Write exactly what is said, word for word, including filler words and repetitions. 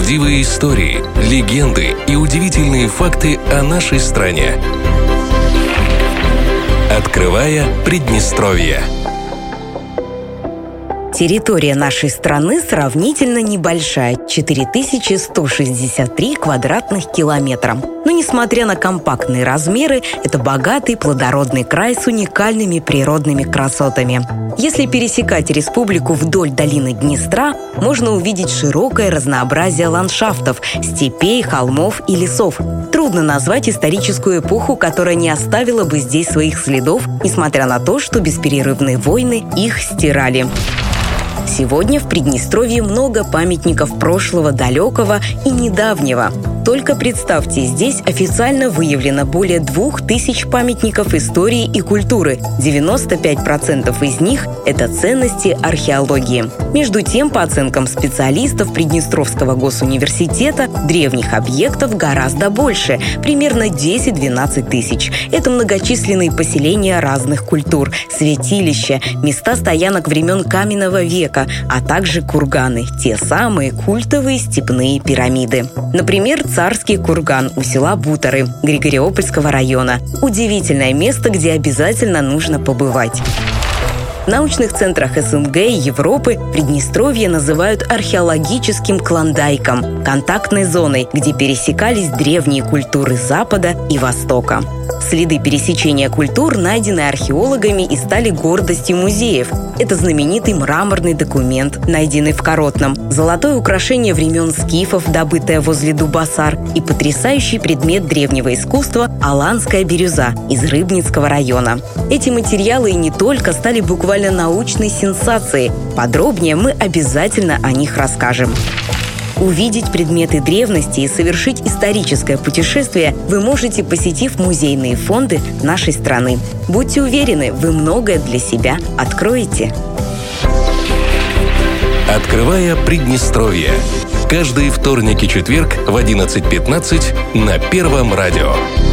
Правдивые истории, легенды и удивительные факты о нашей стране. Открывая Приднестровье. Территория нашей страны сравнительно небольшая – четыре тысячи сто шестьдесят три квадратных километра. Но, несмотря на компактные размеры, это богатый плодородный край с уникальными природными красотами. Если пересекать республику вдоль долины Днестра, можно увидеть широкое разнообразие ландшафтов – степей, холмов и лесов. Трудно назвать историческую эпоху, которая не оставила бы здесь своих следов, несмотря на то, что беспрерывные войны их стирали. Сегодня в Приднестровье много памятников прошлого, далекого и недавнего. Только представьте, здесь официально выявлено более двух тысяч памятников истории и культуры. девяносто пять процентов из них – это ценности археологии. Между тем, по оценкам специалистов Приднестровского госуниверситета, древних объектов гораздо больше – примерно десять-двенадцать тысяч. Это многочисленные поселения разных культур, святилища, места стоянок времен каменного века, а также курганы – те самые культовые степные пирамиды. Например, Царский курган у села Буторы Григориопольского района. Удивительное место, где обязательно нужно побывать. В научных центрах СНГ и Европы Приднестровье называют археологическим клондайком, контактной зоной, где пересекались древние культуры Запада и Востока. Следы пересечения культур найдены археологами и стали гордостью музеев. Это знаменитый мраморный документ, найденный в Коротном, золотое украшение времен скифов, добытое возле Дубасар, и потрясающий предмет древнего искусства – аланская бирюза из Рыбницкого района. Эти материалы и не только стали буквально научной сенсацией. Подробнее мы обязательно о них расскажем. Увидеть предметы древности и совершить историческое путешествие вы можете, посетив музейные фонды нашей страны. Будьте уверены, вы многое для себя откроете. Открывая Приднестровье. Каждый вторник и четверг в одиннадцать пятнадцать на Первом радио.